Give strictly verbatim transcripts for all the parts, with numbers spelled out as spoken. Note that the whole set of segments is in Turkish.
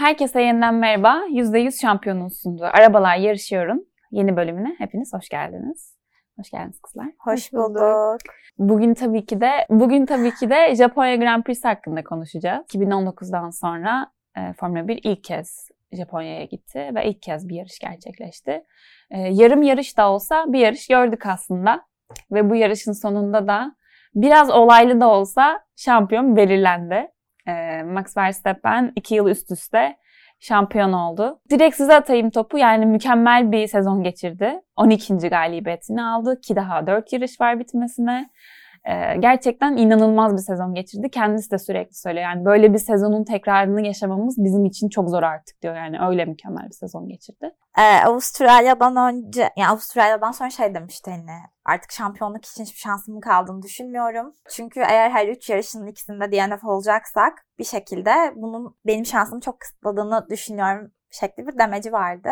Herkese yeniden merhaba. yüzde yüz şampiyonun sunduğu Arabalar Yarışıyor'un yeni bölümüne hepiniz hoş geldiniz. Hoş geldiniz kızlar. Hoş bulduk. Bugün tabii ki de bugün tabii ki de Japonya Grand Prix hakkında konuşacağız. iki bin on dokuzdan sonra e, Formula bir ilk kez Japonya'ya gitti ve ilk kez bir yarış gerçekleşti. E, yarım yarış da olsa bir yarış gördük aslında ve bu yarışın sonunda da biraz olaylı da olsa şampiyon belirlendi. E, Max Verstappen iki yıl üst üste şampiyon oldu. Direkt size atayım topu. Yani mükemmel bir sezon geçirdi. on ikinci galibiyetini aldı ki daha dört yarış var bitmesine. Ee, gerçekten inanılmaz bir sezon geçirdi. Kendisi de sürekli söylüyor. Yani böyle bir sezonun tekrarını yaşamamız bizim için çok zor artık diyor. Yani öyle mükemmel bir sezon geçirdi. Ee, Avustralya'dan önce, yani Avustralya'dan sonra şey demişti hani artık şampiyonluk için hiçbir şansımın kaldığını düşünmüyorum. Çünkü eğer her üç yarışın ikisinde D N F olacaksak bir şekilde bunun benim şansımı çok kısıtladığını düşünüyorum şekli bir demeci vardı.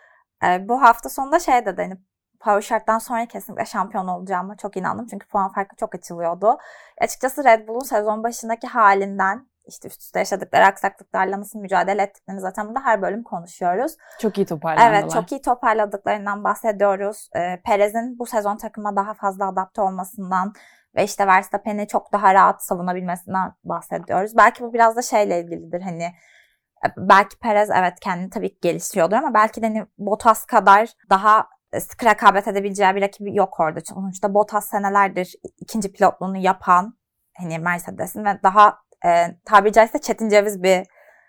Ee, bu hafta sonunda şey dedi hani Power Shot'tan sonra kesinlikle şampiyon olacağıma çok inandım. Çünkü puan farkı çok açılıyordu. Açıkçası Red Bull'un sezon başındaki halinden işte üst üste yaşadıkları aksaklıklarla nasıl mücadele ettiklerini zaten burada her bölüm konuşuyoruz. Çok iyi toparlandılar. Evet, çok iyi toparladıklarından bahsediyoruz. Ee, Perez'in bu sezon takıma daha fazla adapte olmasından ve işte Verstappen'i çok daha rahat savunabilmesinden bahsediyoruz. Belki bu biraz da şeyle ilgilidir hani belki Perez evet kendini tabii ki geliştiriyordur ama belki de hani Bottas kadar daha sıkı rekabet edebileceği bir rakibi yok orada. Sonuçta Bottas senelerdir ikinci pilotluğunu yapan hani Mercedes'in ve daha e, tabiri caizse çetin ceviz bir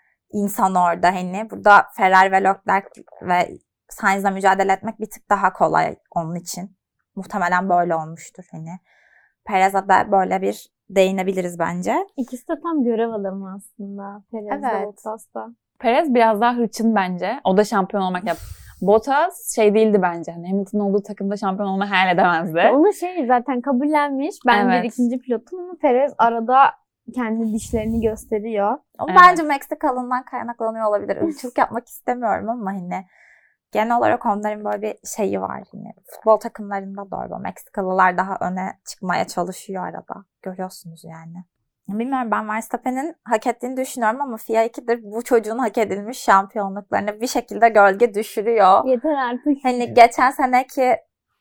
insan orada hani. Burada Ferrari ve Leclerc ve Sainz'la mücadele etmek bir tık daha kolay onun için. Muhtemelen böyle olmuştur hani. Perez'e de böyle bir değinebiliriz bence. İkisi de tam görev adamı aslında. Perez evet. de Bottas da. Perez biraz daha hırçın bence. O da şampiyon olmak yap. Bottas şey değildi bence. Hani Hamilton olduğu takımda şampiyon olmayı hayal edemezdi. Onu şey zaten kabullenmiş. Ben evet. bir ikinci pilotum ama Perez arada kendi dişlerini gösteriyor. Ama evet. Bence Meksikalı'ndan kaynaklanıyor olabilir. Irkçılık yapmak istemiyorum ama hani genel olarak onların böyle bir şeyi var. Yine. Futbol takımlarında da öyle. Meksikalılar daha öne çıkmaya çalışıyor arada. Görüyorsunuz yani. Bilmiyorum ben Verstappen'in hak ettiğini düşünüyorum ama F I A ikidir bu çocuğun hak edilmiş şampiyonluklarını bir şekilde gölge düşürüyor. Yeter artık. Hani geçen seneki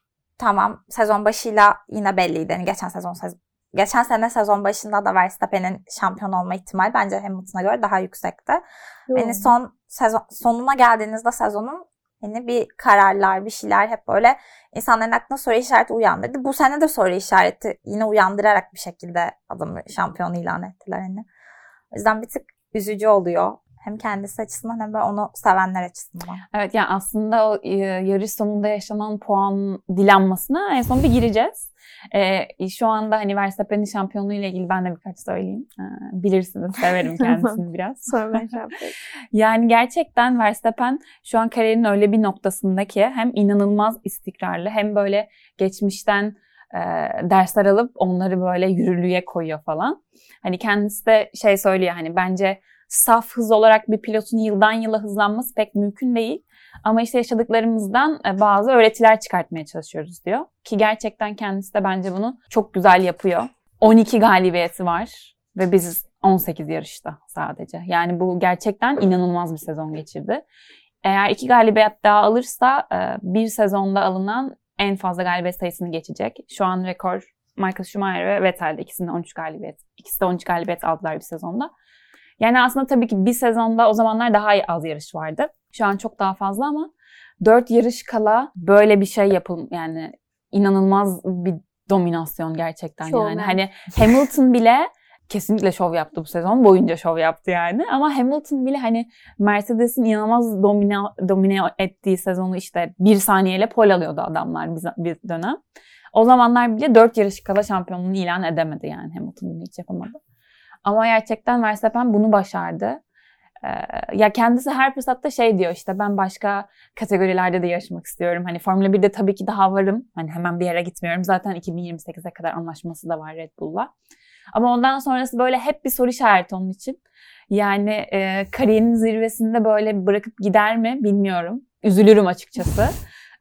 tamam sezon başıyla yine belliydi. Yani geçen sezon sezon geçen sene sezon başında da Verstappen'in şampiyon olma ihtimali bence Hamilton'a göre daha yüksekti. Yani son sezon sonuna geldiğinizde sezonun yani bir kararlar, bir şeyler hep böyle insanların aklına soru işareti uyandırdı. Bu sene de soru işareti yine uyandırarak bir şekilde adamı şampiyon ilan ettiler. Yani. O yüzden bir tık üzücü oluyor. Hem kendisi açısından hem de onu sevenler açısından. Evet yani aslında o yarış sonunda yaşanan puan dilenmasına en son bir gireceğiz. Ee, şu anda hani Verstappen'in şampiyonluğu ile ilgili ben de birkaç söyleyeyim. Ee, bilirsiniz, severim kendisini biraz. Sonra ben şey yapayım. Yani gerçekten Verstappen şu an kariyerinin öyle bir noktasında ki hem inanılmaz istikrarlı hem böyle geçmişten e, dersler alıp onları böyle yürürlüğe koyuyor falan. Hani kendisi de şey söylüyor hani bence saf hız olarak bir pilotun yıldan yıla hızlanması pek mümkün değil. Ama işte yaşadıklarımızdan bazı öğretiler çıkartmaya çalışıyoruz diyor. Ki gerçekten kendisi de bence bunu çok güzel yapıyor. on iki galibiyeti var ve biz on sekiz yarışta sadece. Yani bu gerçekten inanılmaz bir sezon geçirdi. Eğer iki galibiyet daha alırsa bir sezonda alınan en fazla galibiyet sayısını geçecek. Şu an rekor Michael Schumacher ve Vettel'de ikisinde on üç galibiyet. İkisi de on üç galibiyet aldılar bir sezonda. Yani aslında tabii ki bir sezonda o zamanlar daha az yarış vardı. Şu an çok daha fazla ama dört yarış kala böyle bir şey yapılmış. Yani inanılmaz bir dominasyon gerçekten Şov yani. ben. Hani Hamilton bile kesinlikle şov yaptı bu sezon. Boyunca şov yaptı yani. Ama Hamilton bile hani Mercedes'in inanılmaz domine, domine ettiği sezonu işte bir saniyeyle pole alıyordu adamlar bir dönem. O zamanlar bile dört yarış kala şampiyonluğunu ilan edemedi yani. Hamilton bunu hiç yapamadı. Ama gerçekten Verstappen bunu başardı. Ee, ya kendisi her fırsatta şey diyor işte ben başka kategorilerde de yarışmak istiyorum. Hani Formula birde tabii ki daha varım. Hani hemen bir yere gitmiyorum. Zaten iki bin yirmi sekize kadar anlaşması da var Red Bull'la. Ama ondan sonrası böyle hep bir soru işareti onun için. Yani e, kariyerinin zirvesinde böyle bırakıp gider mi bilmiyorum. Üzülürüm açıkçası.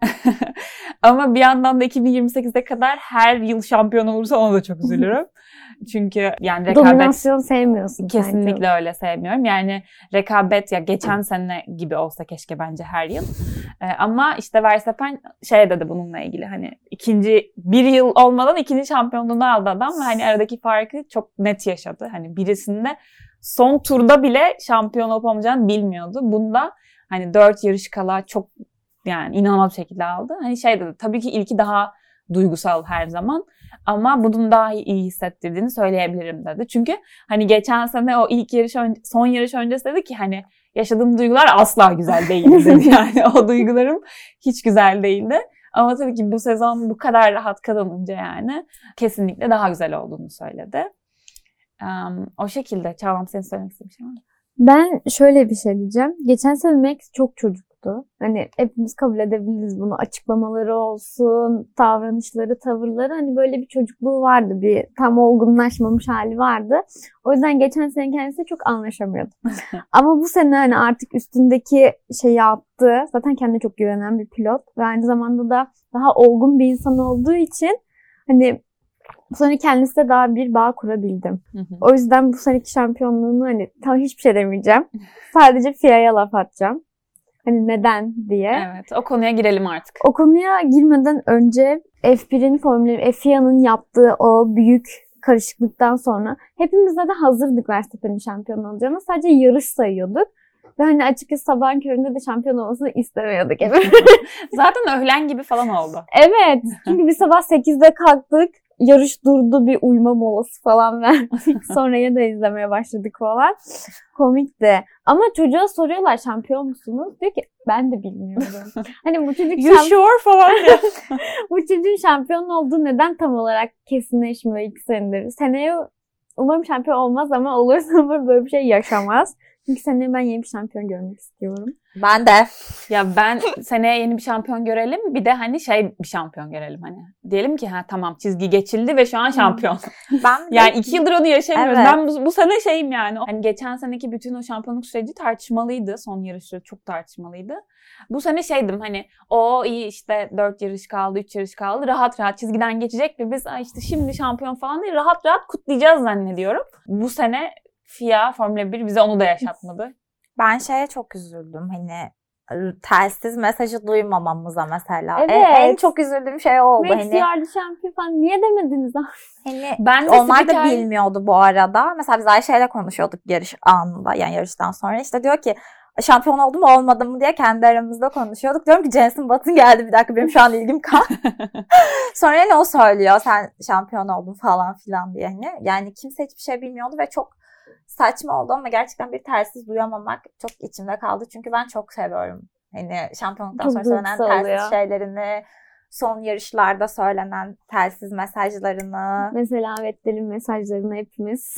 Ama bir yandan da iki bin yirmi sekize kadar her yıl şampiyon olursa ona da çok üzülürüm. Çünkü yani rekabet... Dominasyon sevmiyorsun Kesinlikle sanki. öyle sevmiyorum. Yani rekabet ya geçen sene gibi olsa keşke bence her yıl. Ee, ama işte Verstappen şey dedi bununla ilgili hani ikinci bir yıl olmadan ikinci şampiyonluğunu aldı adam ve hani aradaki farkı çok net yaşadı. Hani birisinde son turda bile şampiyon olup olmayacağını bilmiyordu. Bunda hani dört yarış kala çok yani inanılmaz bir şekilde aldı. Hani şey dedi tabii ki ilki daha duygusal her zaman ama bunun daha iyi hissettirdiğini söyleyebilirim dedi. Çünkü hani geçen sene o ilk yarış ön- son yarış öncesi dedi ki hani yaşadığım duygular asla güzel değildi dedi. Yani o duygularım hiç güzel değildi. Ama tabii ki bu sezon bu kadar rahat kazanınca yani kesinlikle daha güzel olduğunu söyledi. Um, o şekilde. Çağlam senin söylemek istediğin bir şey var mı? Ben şöyle bir şey diyeceğim. Geçen sene Max çok çocuktu. Hani hepimiz kabul edebiliriz bunu. Açıklamaları olsun, davranışları, tavırları hani böyle bir çocukluğu vardı. Bir tam olgunlaşmamış hali vardı. O yüzden geçen sene kendisi çok anlaşamıyordu. Ama bu sene hani artık üstündeki şeyi attı. Zaten kendine çok güvenen bir pilot ve aynı zamanda da daha olgun bir insan olduğu için hani bu sene kendisiyle daha bir bağ kurabildim. Hı hı. O yüzden bu seneki şampiyonluğunu hani tam hiçbir şey demeyeceğim. Sadece F I A'ya laf atacağım. Hani neden diye. Evet, o konuya girelim artık. O konuya girmeden önce F bir'in Formula F I A'nın yaptığı o büyük karışıklıktan sonra hepimiz de hazırdık Verstappen'in şampiyon olacağına. Sadece yarış sayıyorduk. Ve hani açıkçası sabahın köründe de şampiyon olmasını istemiyorduk. Zaten öğlen gibi falan oldu. Evet. Çünkü biz sabah sekizde kalktık. Yarış durdu, bir uyuma molası falan verdik. Sonra ya da izlemeye başladık falan. Komikti. Ama çocuğa soruyorlar şampiyon musunuz? Diyor ki ben de bilmiyorum. Hani bu çocuk You sure falan diyor. bu çocuğun şampiyon olduğu neden tam olarak kesinleşmiyor iki senedir. Seneye umarım şampiyon olmaz ama olursa umarım böyle bir şey yaşamaz. Çünkü seneye ben yeni bir şampiyon görmek istiyorum. Ben de. Ya ben seneye yeni bir şampiyon görelim. Bir de hani şey bir şampiyon görelim hani. Diyelim ki ha tamam çizgi geçildi ve şu an şampiyon. Ben de. Yani iki yıldır onu yaşamıyoruz. Evet. Ben bu, bu sene şeyim yani. Hani geçen seneki bütün o şampiyonluk süreci tartışmalıydı. Son yarışı çok tartışmalıydı. Bu sene şeydim hani o iyi işte dört yarış kaldı, üç yarış kaldı. Rahat rahat çizgiden geçecek ve biz işte şimdi şampiyon falan değil rahat rahat kutlayacağız zannediyorum. Bu sene F I A Formula bir bize onu da yaşatmadı. Ben şeye çok üzüldüm hani telsiz mesajı duymamamıza mesela. Evet. En, en çok üzüldüğüm şey oldu. Max Hani, yardı şampiyon falan. Niye demediniz abi? hani Ben de onlar da spiker... bilmiyordu bu arada. Mesela biz Ayşe'yle konuşuyorduk yarış anında yani yarıştan sonra. İşte diyor ki şampiyon oldum mu olmadım mı diye kendi aramızda konuşuyorduk. Diyorum ki Jenson Button geldi bir dakika benim şu an ilgim kal. Sonra ne o söylüyor sen şampiyon oldun falan filan diye. Hani. Yani kimse hiçbir şey bilmiyordu ve çok saçma oldu ama gerçekten bir telsiz duyamamak çok içimde kaldı. Çünkü ben çok seviyorum. Hani şampiyonluktan Çok sonra söylenen duygusal telsiz oluyor. şeylerini, son yarışlarda söylenen telsiz mesajlarını. Mesela Vettel'in mesajlarını hepimiz.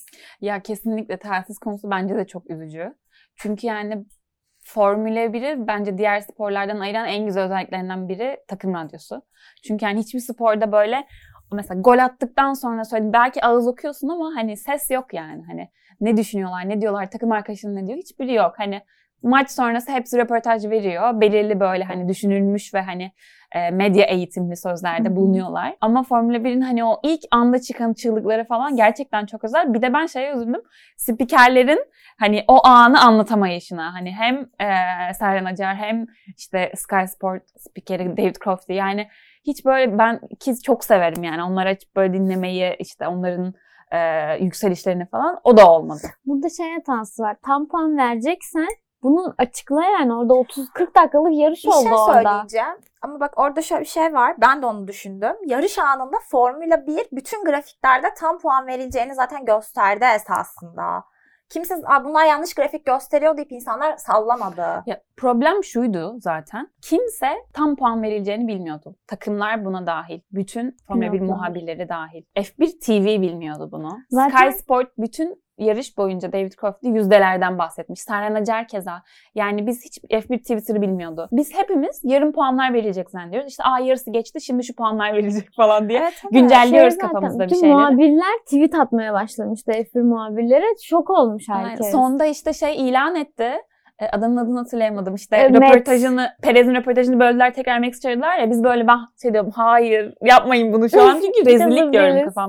Ya kesinlikle telsiz konusu bence de çok üzücü. Çünkü yani Formula biri bence diğer sporlardan ayıran en güzel özelliklerinden biri takım radyosu. Çünkü yani hiçbir sporda böyle mesela gol attıktan sonra söyle belki ağız okuyorsun ama hani ses yok yani. Hani ne düşünüyorlar, ne diyorlar, takım arkadaşının ne diyor hiçbiri yok. Hani maç sonrası hepsi röportaj veriyor. Belirli böyle hani düşünülmüş ve hani e, medya eğitimli sözlerde bulunuyorlar. Ama Formula birin hani o ilk anda çıkan çığlıkları falan gerçekten çok özel. Bir de ben şeye üzüldüm. Spikerlerin hani o anı anlatamayışına. Hani hem e, Serhan Acar hem işte Sky Sport spikeri David Crofty yani hiç böyle ben ki çok severim yani onları açıp böyle dinlemeyi işte onların e, yükselişlerini falan o da olmadı. Burada şey hatası var. Tam puan vereceksen bunu açıkla yani. Orada otuz kırk dakikalık yarış Bir oldu şey orada. söyleyeceğim. Ama bak orada şöyle bir şey var. Ben de onu düşündüm. Yarış anında Formula bir bütün grafiklerde tam puan verileceğini zaten gösterdi esasında. Kimse bunlar yanlış grafik gösteriyor deyip insanlar sallamadı. Ya, problem şuydu zaten. Kimse tam puan verileceğini bilmiyordu. Takımlar buna dahil. Bütün Formula bir muhabirleri dahil. F bir T V bilmiyordu bunu. Zaten... Sky Sport bütün yarış boyunca David Crofty yüzdelerden bahsetmiş. Serhan Acar keza. Yani biz hiç F bir Twitter'ı bilmiyordu. Biz hepimiz yarım puanlar verilecek zannediyoruz. İşte aa yarısı geçti şimdi şu puanlar verilecek falan diye evet, güncelliyoruz şey kafamızda bir şeyleri. Muhabirler tweet atmaya başlamıştı. F bir muhabirleri. Şok olmuş herkes. Yani sonda işte şey ilan etti. Adamın adını hatırlayamadım. İşte evet. röportajını, Perez'in röportajını böldüler tekrar Max çağırdılar ya biz böyle ben şey diyorum hayır yapmayın bunu şu an çünkü rezillik diyorum kafamda.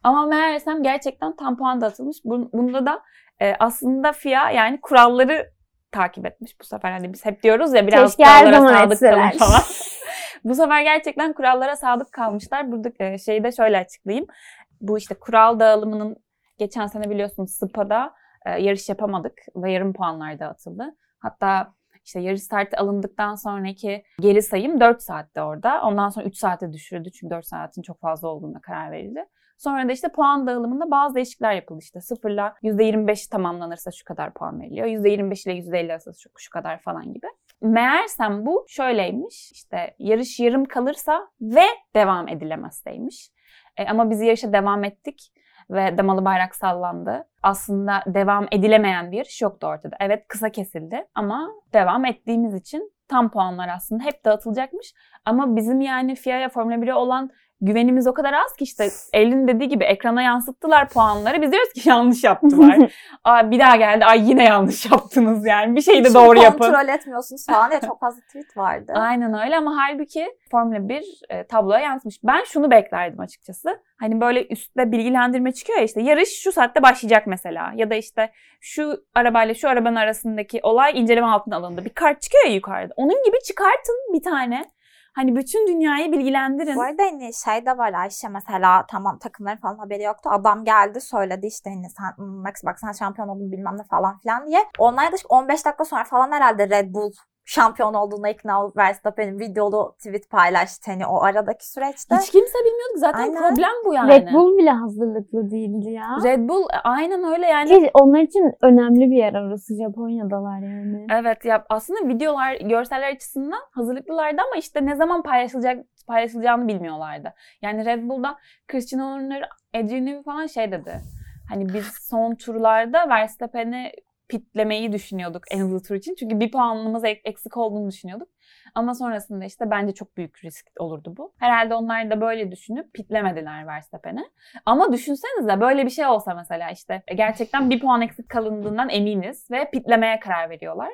Ama meğersem gerçekten tam puan dağıtılmış. Bunda da e, aslında F I A yani kuralları takip etmiş bu sefer. Hani biz hep diyoruz ya biraz Keşke her kurallara zaman sadık etseler. kalın falan. Bu sefer gerçekten kurallara sadık kalmışlar. Burada e, şeyi de şöyle açıklayayım. Bu işte kural dağılımının geçen sene biliyorsunuz Spa'da e, yarış yapamadık ve yarım puanlar dağıtıldı. Hatta işte yarış startı alındıktan sonraki geri sayım dört saatte orada. Ondan sonra üç saate düşürüldü çünkü dört saatin çok fazla olduğuna karar verildi. Sonra da işte puan dağılımında bazı değişiklikler yapıldı. İşte sıfırla yüzde yirmi beş tamamlanırsa şu kadar puan veriliyor. yüzde yirmi beş ile yüzde elli arası şu, şu kadar falan gibi. Meğersem bu şöyleymiş. İşte yarış yarım kalırsa ve devam edilemezseymiş. E, ama biz yarışa devam ettik ve damalı bayrak sallandı. Aslında devam edilemeyen bir yarış yoktu ortada. Evet kısa kesildi ama devam ettiğimiz için tam puanlar aslında hep dağıtılacakmış. Ama bizim yani F I A'ya Formula bire olan güvenimiz o kadar az ki işte Elin dediği gibi ekrana yansıttılar puanları. Biz diyoruz ki yanlış yaptılar. Aa, bir daha geldi. Ay yine yanlış yaptınız yani. Bir şeyi de doğru yapın. Kontrol etmiyorsunuz falan diye çok fazla tweet vardı. Aynen öyle ama halbuki Formula bir e, tabloya yansımış. Ben şunu beklerdim açıkçası. Hani böyle üstte bilgilendirme çıkıyor ya işte yarış şu saatte başlayacak mesela. Ya da işte şu arabayla şu arabanın arasındaki olay inceleme altına alındı. Bir kart çıkıyor ya yukarıda. Onun gibi çıkartın bir tane. Hani bütün dünyayı bilgilendirin. Bu arada hani şey de var Ayşe mesela tamam takımların falan haberi yoktu. Adam geldi söyledi işte hani sen Max bak sen şampiyon oldun bilmem ne falan filan diye. Onlar da on beş dakika sonra falan herhalde Red Bull şampiyon olduğuna ikna olup Verstappen'in videolu tweet paylaştı hani o aradaki süreçte. Hiç kimse bilmiyordu zaten aynen. Problem bu yani. Red Bull bile hazırlıklı değildi ya. Red Bull aynen öyle yani. Ki onlar için önemli bir yer orası Japonya'dalar yani. Evet ya aslında videolar, görseller açısından hazırlıklılardı ama işte ne zaman paylaşılacak paylaşılacağını bilmiyorlardı. Yani Red Bull'da Christian Horner, Adrian Newey falan şey dedi. Hani biz son turlarda Verstappen'i pitlemeyi düşünüyorduk en hızlı tur için. Çünkü bir puanımız eksik olduğunu düşünüyorduk. Ama sonrasında işte bence çok büyük risk olurdu bu. Herhalde onlar da böyle düşünüp pitlemediler Verstappen'i. Ama düşünsenize böyle bir şey olsa mesela işte gerçekten bir puan eksik kalındığından eminiz ve pitlemeye karar veriyorlar.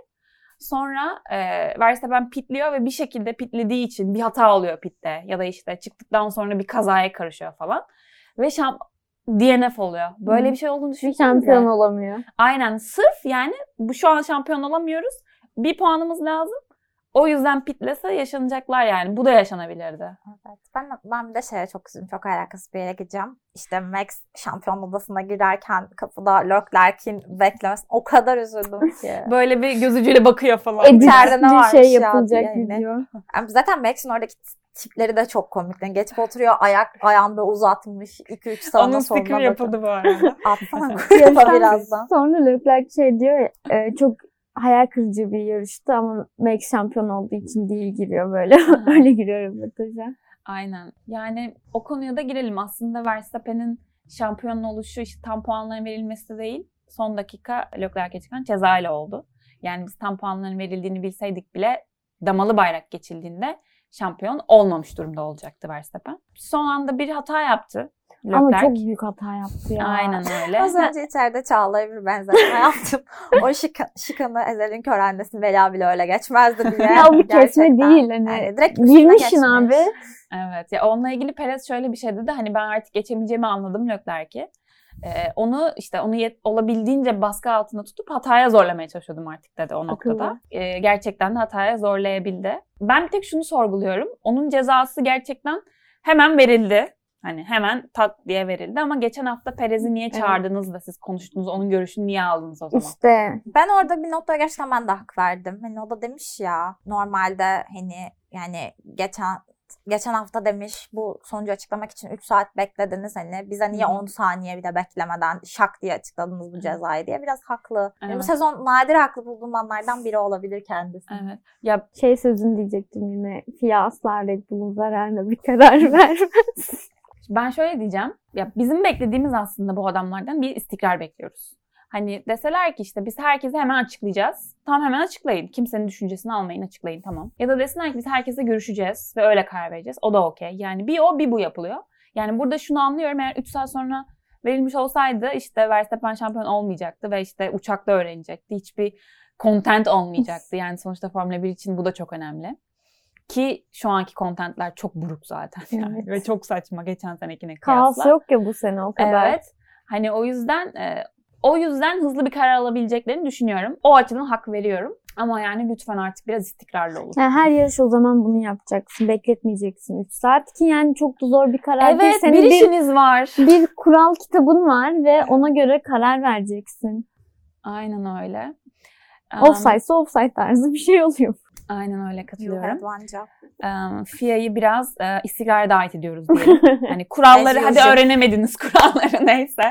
Sonra e, Verstappen pitliyor ve bir şekilde pitlediği için bir hata oluyor pitte. Ya da işte çıktıktan sonra bir kazaya karışıyor falan. Ve şamp D N F oluyor. Böyle bir şey olduğunu düşünsenize. Bir şampiyon olamıyor. Aynen. Sırf yani bu şu an şampiyon olamıyoruz. Bir puanımız lazım. O yüzden pitlese yaşanacaklar yani. Bu da yaşanabilirdi. Evet. Ben, ben bir de şeye çok üzüldüm. Çok alakasız bir yere gideceğim. İşte Max şampiyon odasına girerken kapıda Leclerc'in beklemesi. O kadar üzüldüm ki. Böyle bir gözücüyle bakıyor falan. İçeride ne varmış şey ya yapılacak diye. video. Yani zaten Max'in oradaki tipleri de çok komik. Yani geçip oturuyor ayak ayağını böyle uzatmış. iki üç sağına onun soluna sticker yapıldı bu arada. Atsana Ya gruba sen- birazdan. Sonra Leclerc şey diyor ya, e, çok hayal kırıcı bir yarıştı ama Max şampiyon olduğu için değil giriyor böyle. Öyle giriyor röportaja. Aynen. Yani o konuya da girelim. Aslında Verstappen'in şampiyon oluşu işte tam puanların verilmesi değil. Son dakika Leclerc'e çıkan cezayla oldu. Yani biz tam puanların verildiğini bilseydik bile damalı bayrak geçildiğinde şampiyon olmamış durumda olacaktı Verstappen. Son anda bir hata yaptı Leclerc. Ama çok büyük hata yaptı ya. Aynen öyle. Az önce içeride Çağla'ya bir benzetme yaptım. O şıka, şıkanı Ezel'in kör annesi Bela bile öyle geçmezdi bile. Ya bu kesme Gerçekten. değil hani. Yani direkt üstüne Girmişsin geçmiş. abi. Evet. Ya onunla ilgili Perez şöyle bir şey dedi. Hani ben artık geçemeyeceğimi anladım Leclerc'i. Ee, onu işte onu yet- olabildiğince baskı altında tutup hataya zorlamaya çalışıyordum artık dedi o noktada. Akıllı. Ee, gerçekten de hataya zorlayabildi. Ben bir tek şunu sorguluyorum. Onun cezası gerçekten hemen verildi. Hani hemen tak diye verildi ama geçen hafta Perez'i niye çağırdınız da siz konuştunuz, onun görüşünü niye aldınız o zaman? İşte. Ben orada bir noktaya gerçekten ben de hak verdim. Hani o da demiş ya normalde hani yani geçen geçen hafta demiş bu sonucu açıklamak için üç saat beklediniz hani bize niye on saniye bile beklemeden şak diye açıkladınız bu cezayı diye biraz haklı. Yani Evet. bu sezon nadir haklı bulduğum anlardan biri olabilir kendisi. Evet. Ya Şey sözünü diyecektim yine. F I A asla Red Bull'un zararına bir karar vermez. ben şöyle diyeceğim. Ya bizim beklediğimiz aslında bu adamlardan bir istikrar bekliyoruz. Hani deseler ki işte biz herkese hemen açıklayacağız. Tamam hemen açıklayın. Kimsenin düşüncesini almayın, açıklayın tamam. Ya da desinler ki biz herkese görüşeceğiz ve öyle karar vereceğiz. O da okey. Yani bir o bir bu yapılıyor. Yani burada şunu anlıyorum. Eğer üç saat sonra verilmiş olsaydı işte Verstappen şampiyon olmayacaktı ve işte uçakta öğrenecekti. Hiçbir content olmayacaktı. Yani sonuçta Formula bir için bu da çok önemli. Ki şu anki kontentler çok buruk zaten yani. Evet. Ve çok saçma geçen senekine kıyasla. Kaos yok ya bu sene o kadar. Evet. Hani o yüzden e, o yüzden hızlı bir karar alabileceklerini düşünüyorum. O açıdan hak veriyorum. Ama yani lütfen artık biraz istikrarlı olun. Yani her yarış o zaman bunu yapacaksın. Bekletmeyeceksin üç saat ki yani çok da zor bir karar değil. Evet, Senin bir bir işiniz var. bir kural kitabın var ve ona göre karar vereceksin. Aynen öyle. Um, Offside'sa offside tarzı bir şey oluyor. Aynen öyle, You katılıyorum. had one job. Um, F I A'yı biraz e, istikrara davet ediyoruz diyelim. Hani kuralları As hadi usual. öğrenemediniz kuralları neyse.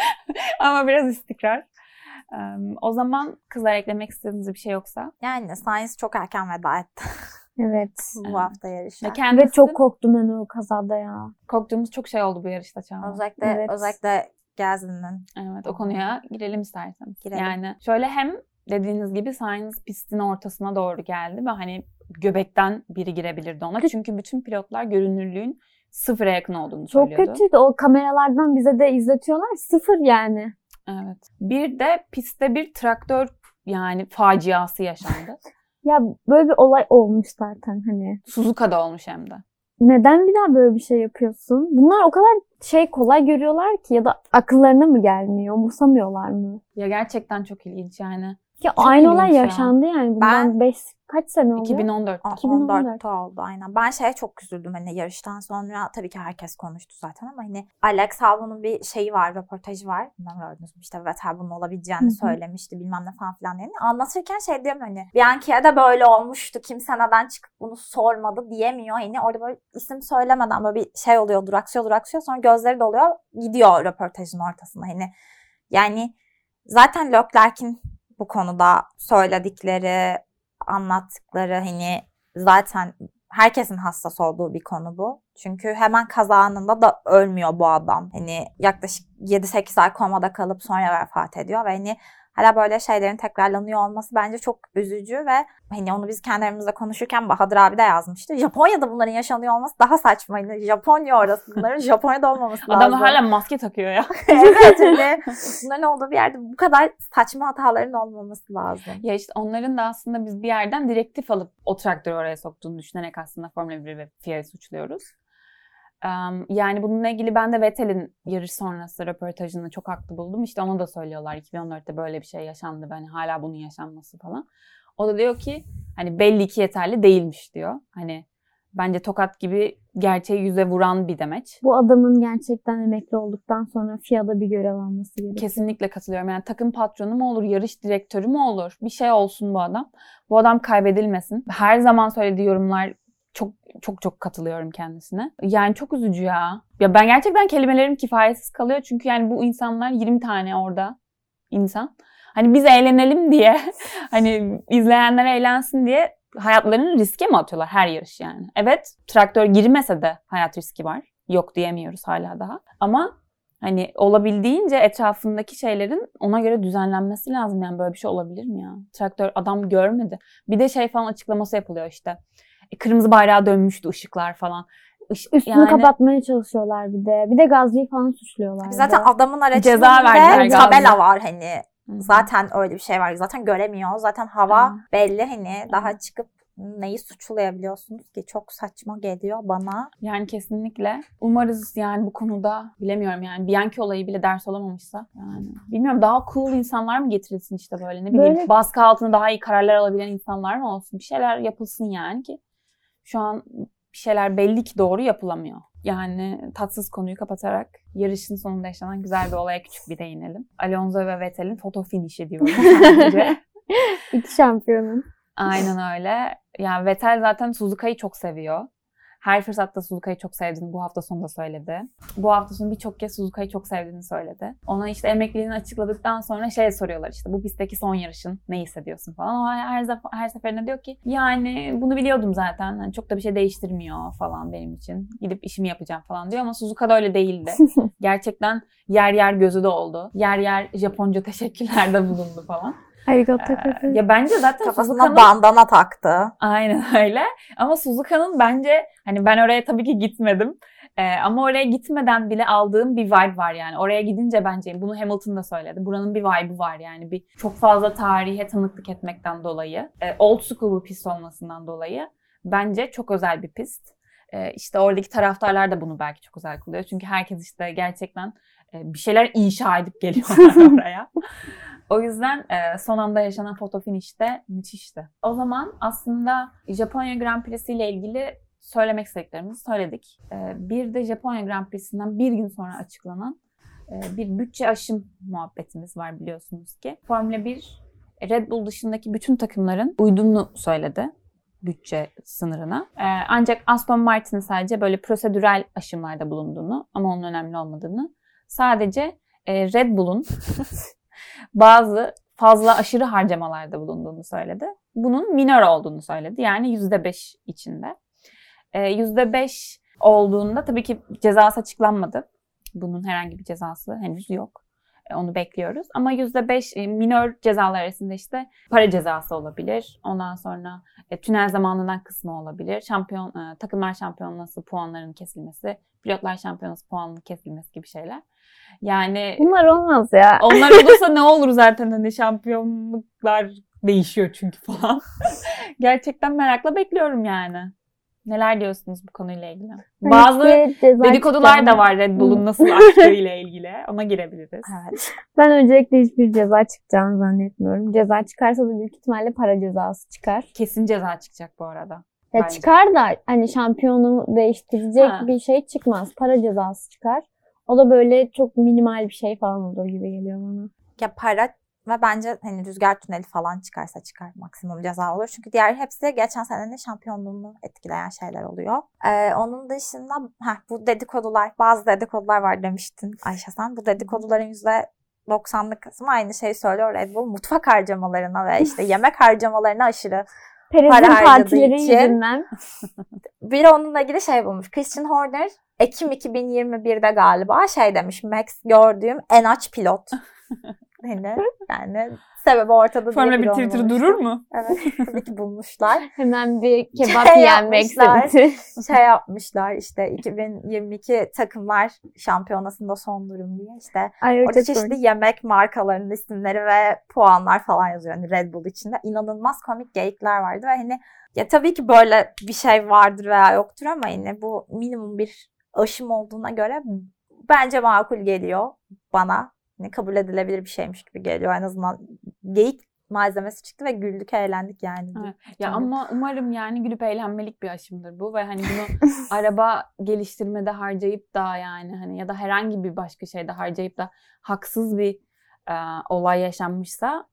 Ama biraz istikrar. Um, o zaman kızlar eklemek istediğiniz bir şey yoksa. Yani Science çok erken veda etti Evet. bu Evet. hafta yarışa. Ve kendisi Ve çok korktum ben o kazada ya. korktuğumuz çok şey oldu bu yarışta Çağla. Özellikle, Evet. özellikle Gazi'nin. Evet, o konuya girelim isterseniz. Girelim. Yani şöyle hem dediğiniz gibi Science pistin ortasına doğru geldi ve hani göbekten biri girebilirdi ona. Çünkü bütün pilotlar görünürlüğün sıfıra yakın olduğunu Çok söylüyordu. kötüydü. O kameralardan bize de izletiyorlar. Sıfır yani. Evet. Bir de pistte bir traktör yani faciası yaşandı. Ya böyle bir olay olmuş zaten hani. Suzuka'da olmuş hem de. Neden bir daha böyle bir şey yapıyorsun? Bunlar o kadar şey kolay görüyorlar ki ya da akıllarına mı gelmiyor? Umursamıyorlar mı? Ya gerçekten çok ilginç yani. Ki Çok aynı olay ilginç ya. yaşandı yani. Bundan beş kaç sene oldu? iki bin on dört. iki bin on dört. on dörtte oldu aynen. Ben şeye çok üzüldüm hani yarıştan sonra tabii ki herkes konuştu zaten ama hani Alex Albon'un bir şeyi var, röportajı var. Bilmem gördünüz mü işte Vettel bunun olabileceğini Hı hı. söylemişti bilmem ne falan filan yani. Anlatırken şey diyorum hani Bianchi'ye de böyle olmuştu. Kimse neden çıkıp bunu sormadı diyemiyor. Hani orada böyle isim söylemeden böyle bir şey oluyor, duraksıyor duraksıyor sonra gözleri doluyor gidiyor röportajın ortasında hani. Yani zaten Leclerc'in bu konuda söyledikleri, anlattıkları hani zaten herkesin hassas olduğu bir konu bu. Çünkü hemen kaza anında da ölmüyor bu adam. Hani yaklaşık yedi sekiz ay komada kalıp sonra vefat ediyor ve hani hala böyle şeylerin tekrarlanıyor olması bence çok üzücü ve hani onu biz kendi aramızda konuşurken Bahadır abi de yazmıştı. Japonya'da bunların yaşanıyor olması daha saçma. Yani Japonya orası. Bunların Japonya'da olmaması lazım. Adam hala maske takıyor ya. Evet. Hani bunların olduğu bir yerde bu kadar saçma hataların olmaması lazım. Ya işte onların da aslında biz bir yerden direktif alıp o traktörü oraya soktuğunu düşünerek aslında Formula bir ve F I A'yı suçluyoruz. Um, yani bununla ilgili ben de Vettel'in yarış sonrası röportajını çok haklı buldum. İşte onu da söylüyorlar. iki bin on dörtte böyle bir şey yaşandı. Hani hala bunun yaşanması falan. O da diyor ki hani belli ki yeterli değilmiş diyor. Hani bence tokat gibi gerçeği yüze vuran bir demeç. Bu adamın gerçekten emekli olduktan sonra F I A'da bir görev alması gerekiyor. Kesinlikle katılıyorum. Yani takım patronu mu olur, yarış direktörü mü olur? Bir şey olsun bu adam. Bu adam kaybedilmesin. Her zaman söylediği yorumlar çok çok çok katılıyorum kendisine. Yani çok üzücü ya. Ya ben gerçekten kelimelerim kifayetsiz kalıyor. Çünkü yani bu insanlar yirmi tane orada insan. Hani biz eğlenelim diye, hani izleyenler eğlensin diye hayatlarını riske mi atıyorlar her yarış yani? Evet, traktör girmese de hayat riski var. Yok diyemiyoruz hala daha. Ama hani olabildiğince etrafındaki şeylerin ona göre düzenlenmesi lazım. Yani böyle bir şey olabilir mi ya? Traktör adam görmedi. Bir de şey falan açıklaması yapılıyor işte. Kırmızı bayrağa dönmüştü ışıklar falan. Iş, Üstünü yani, kapatmaya çalışıyorlar bir de. Bir de Gazli'yi falan suçluyorlar. Zaten bir de. adamın aracının Ceza verdiler önünde galiba. tabela var hani. Hı-hı. Zaten öyle bir şey var. Zaten göremiyor. Zaten hava Hı. belli hani. Daha çıkıp neyi suçlayabiliyorsunuz ki? Çok saçma geliyor bana. Yani kesinlikle. Umarız yani bu konuda bilemiyorum yani Bianchi olayı bile ders olamamışsa. Yani bilmiyorum daha cool insanlar mı getirilsin işte böyle ne bileyim. Böyle- Baskı altında daha iyi kararlar alabilen insanlar mı olsun? Bir şeyler yapılsın yani ki şu an bir şeyler belli ki doğru yapılamıyor. Yani tatsız konuyu kapatarak yarışın sonunda yaşanan güzel bir olaya küçük bir değinelim. Alonso ve Vettel'in foto finişi diyorum sadece. İki şampiyonun. Aynen öyle. Yani Vettel zaten Suzuka'yı çok seviyor. Her fırsatta Suzuka'yı çok sevdiğini bu hafta sonu da söyledi. Bu hafta sonu birçok kez Suzuka'yı çok sevdiğini söyledi. Ona işte emekliliğini açıkladıktan sonra şey soruyorlar işte bu pistteki son yarışın ne hissediyorsun falan. O her, her seferinde diyor ki yani bunu biliyordum zaten. Yani çok da bir şey değiştirmiyor falan benim için. Gidip işimi yapacağım falan diyor ama Suzuka'da öyle değildi. Gerçekten yer yer gözü de oldu. Yer yer Japonca teşekkürlerde bulundu falan. Arigato. Ee, ya bence zaten Kafasına Suzuka'nın... bandana taktı. Aynen öyle. Ama Suzuka'nın bence hani ben oraya tabii ki gitmedim. Ee, ama oraya gitmeden bile aldığım bir vibe var yani. Oraya gidince bence bunu Hamilton da söyledi. Buranın bir vibe'ı var yani. Bir çok fazla tarihe tanıklık etmekten dolayı. E, old school bir pist olmasından dolayı. Bence çok özel bir pist. Ee, işte oradaki taraftarlar da bunu belki çok özel kılıyor. Çünkü herkes işte gerçekten e, bir şeyler inşa edip geliyorlar oraya. O yüzden e, son anda yaşanan foto finish de müthişti. O zaman aslında Japonya Grand Prix'si ile ilgili söylemek istediklerimizi söyledik. E, bir de Japonya Grand Prix'sinden bir gün sonra açıklanan e, bir bütçe aşım muhabbetimiz var biliyorsunuz ki. Formula bir Red Bull dışındaki bütün takımların uyduğunu söyledi bütçe sınırına. E, ancak Aston Martin'in sadece böyle prosedürel aşımlarda bulunduğunu ama onun önemli olmadığını, sadece e, Red Bull'un bazı fazla aşırı harcamalarda bulunduğunu söyledi. Bunun minör olduğunu söyledi. Yani yüzde beş içinde. E, yüzde beş olduğunda tabii ki cezası açıklanmadı. Bunun herhangi bir cezası henüz yok. E, onu bekliyoruz. Ama yüzde beş e, minör cezalar arasında işte para cezası olabilir. Ondan sonra e, tünel zamanından kısmı olabilir. Şampiyon e, takımlar şampiyonası puanlarının kesilmesi, pilotlar şampiyonası puanının kesilmesi gibi şeyler. Yani bunlar olmaz ya. Onlar olursa ne olur zaten, hani şampiyonluklar değişiyor çünkü falan. Gerçekten merakla bekliyorum yani. Neler diyorsunuz bu konuyla ilgili? Hani Bazı dedikodular da var Red Bull'un nasıl aşkıyla ilgili. Ona girebiliriz. Evet. Ben öncelikle hiçbir ceza çıkacağını zannetmiyorum. Ceza çıkarsa da büyük ihtimalle para cezası çıkar. Kesin ceza çıkacak bu arada. Ya bence. çıkar da hani şampiyonu değiştirecek Ha. bir şey çıkmaz. Para cezası çıkar. O da böyle çok minimal bir şey falan olur gibi geliyor bana. Ya para ve bence hani rüzgar tüneli falan çıkarsa çıkar, maksimum ceza olur. Çünkü diğer hepsi geçen senenin şampiyonluğunu etkileyen şeyler oluyor. Ee, onun dışında heh, bu dedikodular, bazı dedikodular var demiştin Ayşe sen. Bu dedikoduların yüzde doksanlık kısmı aynı şeyi söylüyor. Red Bull mutfak harcamalarına ve işte yemek harcamalarına aşırı Perez'in para harcadığı partileri için. yüzünden. Biri onunla ilgili şey bulmuş. Christian Horner Ekim iki bin yirmi birde galiba şey demiş. Max gördüğüm en aç pilot. hani yani sebebi ortada diye Formula biri bir onu Twitter'ı bulmuştu. durur mu? Evet, tabii ki bulmuşlar. Hemen bir kebap Şey yenmek yapmışlar. istedi. Şey yapmışlar işte iki bin yirmi iki takımlar şampiyonasında son durum diye işte Ay, o orada çok çeşitli komik. yemek markalarının isimleri ve puanlar falan yazıyor hani Red Bull içinde. İnanılmaz komik geyikler vardı ve hani ya tabii ki böyle bir şey vardır veya yoktur ama yine bu minimum bir aşım olduğuna göre bence makul geliyor bana. Yani kabul edilebilir bir şeymiş gibi geliyor. En azından geyik malzemesi çıktı ve güldük, eğlendik yani. Evet. Ya ama umarım yani gülüp eğlenmelik bir aşımdır bu ve hani bunu araba geliştirmede harcayıp da yani hani ya da herhangi bir başka şeyde harcayıp da haksız bir e, olay yaşanmışsa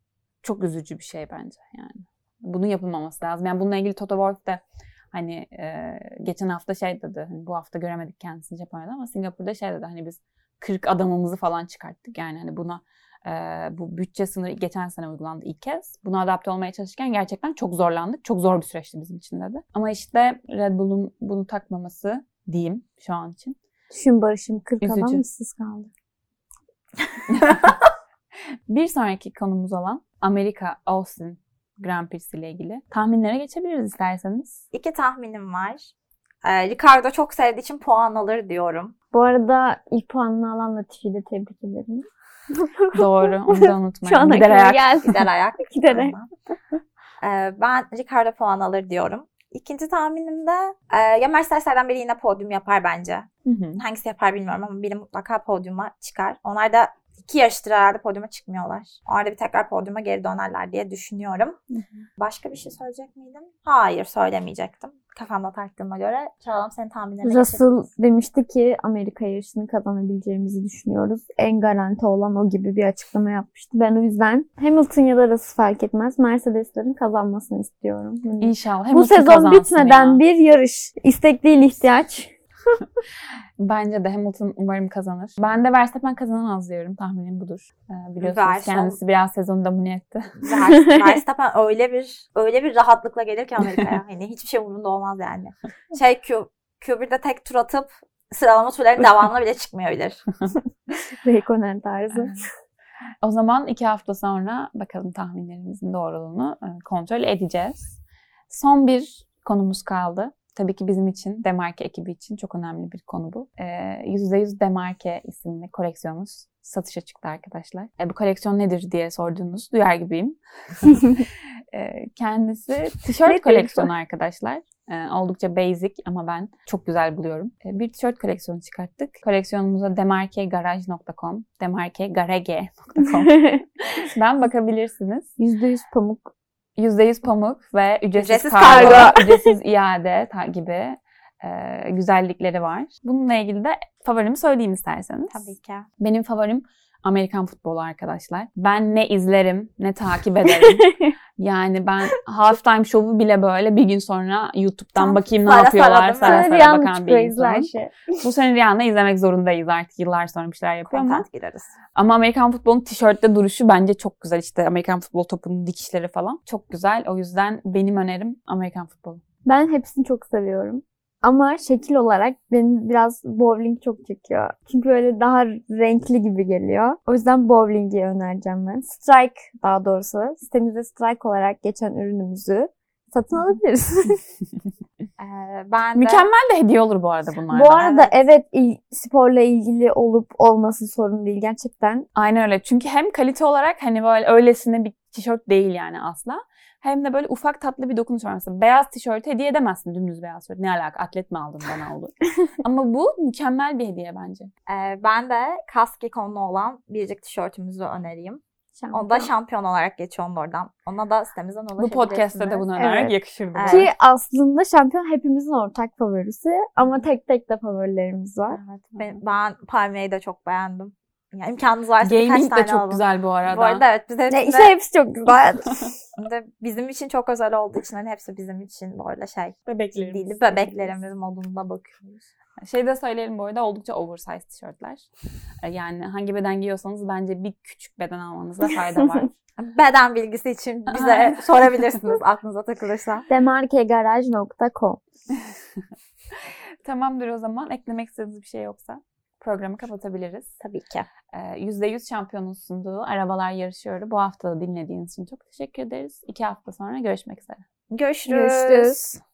çok üzücü bir şey bence yani. Bunun yapılmaması lazım. Yani bununla ilgili Toto Wolff de hani e, geçen hafta şey dedi. Hani bu hafta göremedik kendisini Japonya'da ama Singapur'da şey dedi. Hani biz kırk adamımızı falan çıkarttık. Yani hani buna e, bu bütçe sınırı geçen sene uygulandı ilk kez. Buna adapte olmaya çalışırken gerçekten çok zorlandık. Çok zor bir süreçti bizim için dedi. Ama işte Red Bull'un bunu takmaması diyeyim şu an için. Düşün Barış'ım kırk Üzücü. adam işsiz kaldı. Bir sonraki konumuz olan Amerika Austin Grand Prix ile ilgili tahminlere geçebiliriz isterseniz. İki tahminim var. Ee, Ricardo çok sevdiği için puan alır diyorum. Bu arada ilk puanını alan Latifi'yi de tebrik ederim. Doğru, onu da unutmayın. Şu an Gider aklıma ayak. geldi. Gider ayak. Gider ayak. Ee, ben Ricardo puan alır diyorum. İkinci tahminim de e, ya Mercedes'lerden biri yine podyum yapar bence. Hı hı. Hangisi yapar bilmiyorum ama biri mutlaka podyuma çıkar. Onlar da iki yarıştır herhalde podyuma çıkmıyorlar. Orada bir tekrar podyuma geri dönerler diye düşünüyorum. Hı hı. Başka bir şey söyleyecek miydim? Hayır, söylemeyecektim. Kafamda tarttığıma göre Çağlam senin tahminlerine Russell demişti ki Amerika yarışını kazanabileceğimizi düşünüyoruz. En garanti olan o gibi bir açıklama yapmıştı. Ben o yüzden Hamilton ya da Russell fark etmez. Mercedes'lerin kazanmasını istiyorum. Yani İnşallah. bu Hamilton sezon kazansın bitmeden ya. bir yarış. İstek değil ihtiyaç. Bence de Hamilton umarım kazanır. Ben de Verstappen kazanamaz diyorum. Tahminim budur. Ee, biliyorsunuz Verstappen- kendisi biraz sezonu domine etti. Ver- Verstappen öyle bir öyle bir rahatlıkla gelir ki Amerika'ya. Hani hiçbir şey umurunda olmaz yani. Şey Q, Q birde tek tur atıp sıralama turlarının devamına bile çıkmayabilir. Raikkonen tarzı. O zaman iki hafta sonra bakalım tahminlerimizin doğruluğunu e, kontrol edeceğiz. Son bir konumuz kaldı. Tabii ki bizim için, Demarke ekibi için çok önemli bir konu bu. E, yüzde yüz Demarke isimli koleksiyonumuz satışa çıktı arkadaşlar. E, bu koleksiyon nedir diye sorduğunuz duyar gibiyim. Ee, kendisi tişört koleksiyonu arkadaşlar. Ee, oldukça basic ama ben çok güzel buluyorum. Ee, bir tişört koleksiyonu çıkarttık. Koleksiyonumuza demarkegaraj nokta com, demarkegarage nokta com'dan bakabilirsiniz. yüzde yüz pamuk. yüzde yüz pamuk ve ücretsiz, Ücretsiz kargo, kargo. ücretsiz iade ta- gibi e, güzellikleri var. Bununla ilgili de favorimi söyleyeyim isterseniz. Tabii ki. Benim favorim Amerikan futbolu arkadaşlar. Ben ne izlerim ne takip ederim. Yani ben halftime şovu bile böyle bir gün sonra YouTube'dan Tam bakayım ne sara yapıyorlar. sara Sara değil mi? sara Rihanna bakan bir çıkıyor, izler insanım. şey. Bu sene Rihanna izlemek zorundayız artık. Yıllar sonra bir şeyler yapıyor ama. Content gireriz. Ama Amerikan futbolunun tişörtte duruşu bence çok güzel. İşte Amerikan futbol topunun dikişleri falan. Çok güzel. O yüzden benim önerim Amerikan futbolu. Ben hepsini çok seviyorum. Ama şekil olarak benim biraz bowling çok çekiyor. Çünkü böyle daha renkli gibi geliyor. O yüzden bowling'i önereceğim ben. Strike daha doğrusu. Sitemizde Strike olarak geçen ürünümüzü satın alabiliriz. Ee, ben de Mükemmel de hediye olur bu arada bunlar. Bu arada Evet. evet, il- sporla ilgili olup olması sorun değil gerçekten. Aynen öyle. Çünkü hem kalite olarak hani böyle öylesine bir tişört değil yani asla. Hem de böyle ufak tatlı bir dokunuş var. Mesela beyaz tişört hediye edemezsin. Dümdüz beyaz tişört. Ne alaka? Atlet mi aldın bana olur. Ama bu mükemmel bir hediye bence. e, ben de kask ikonlu olan biricik tişörtümüzü önereyim. Şampiyon. O da şampiyon olarak geçiyor onun oradan. Ona da sitemizden Bu ulaşabilirsiniz. podcast'te de bunu önererek Evet. yakışırdı. Evet. Ki aslında şampiyon hepimizin ortak favorisi ama tek tek de favorilerimiz var. Evet, ben, ben Palmiye'yi de çok beğendim. Yani imkanınız varsa birkaç Gaming tane de çok alın. güzel bu arada. Bu arada evet biz Ne, hepsinde, işte hepsi çok güzel. de bizim için çok özel olduğu için hani hepsi bizim için böyle şey Bebeklerimiz. ciddili bebeklerimiz modunda bakıyoruz. Şey de söyleyelim bu arada oldukça oversize tişörtler. Yani hangi beden giyiyorsanız bence bir küçük beden almanızda fayda var. Beden bilgisi için bize sorabilirsiniz aklınıza takılırsa. demarkegaraj nokta com. Tamamdır o zaman. Eklemek istediğiniz bir şey yoksa programı kapatabiliriz. Tabii ki. Ee, yüzde yüz şampiyonun sunduğu Arabalar Yarışıyor'u bu hafta da dinlediğiniz için çok teşekkür ederiz. İki hafta sonra görüşmek üzere. Görüşürüz. Görüşürüz.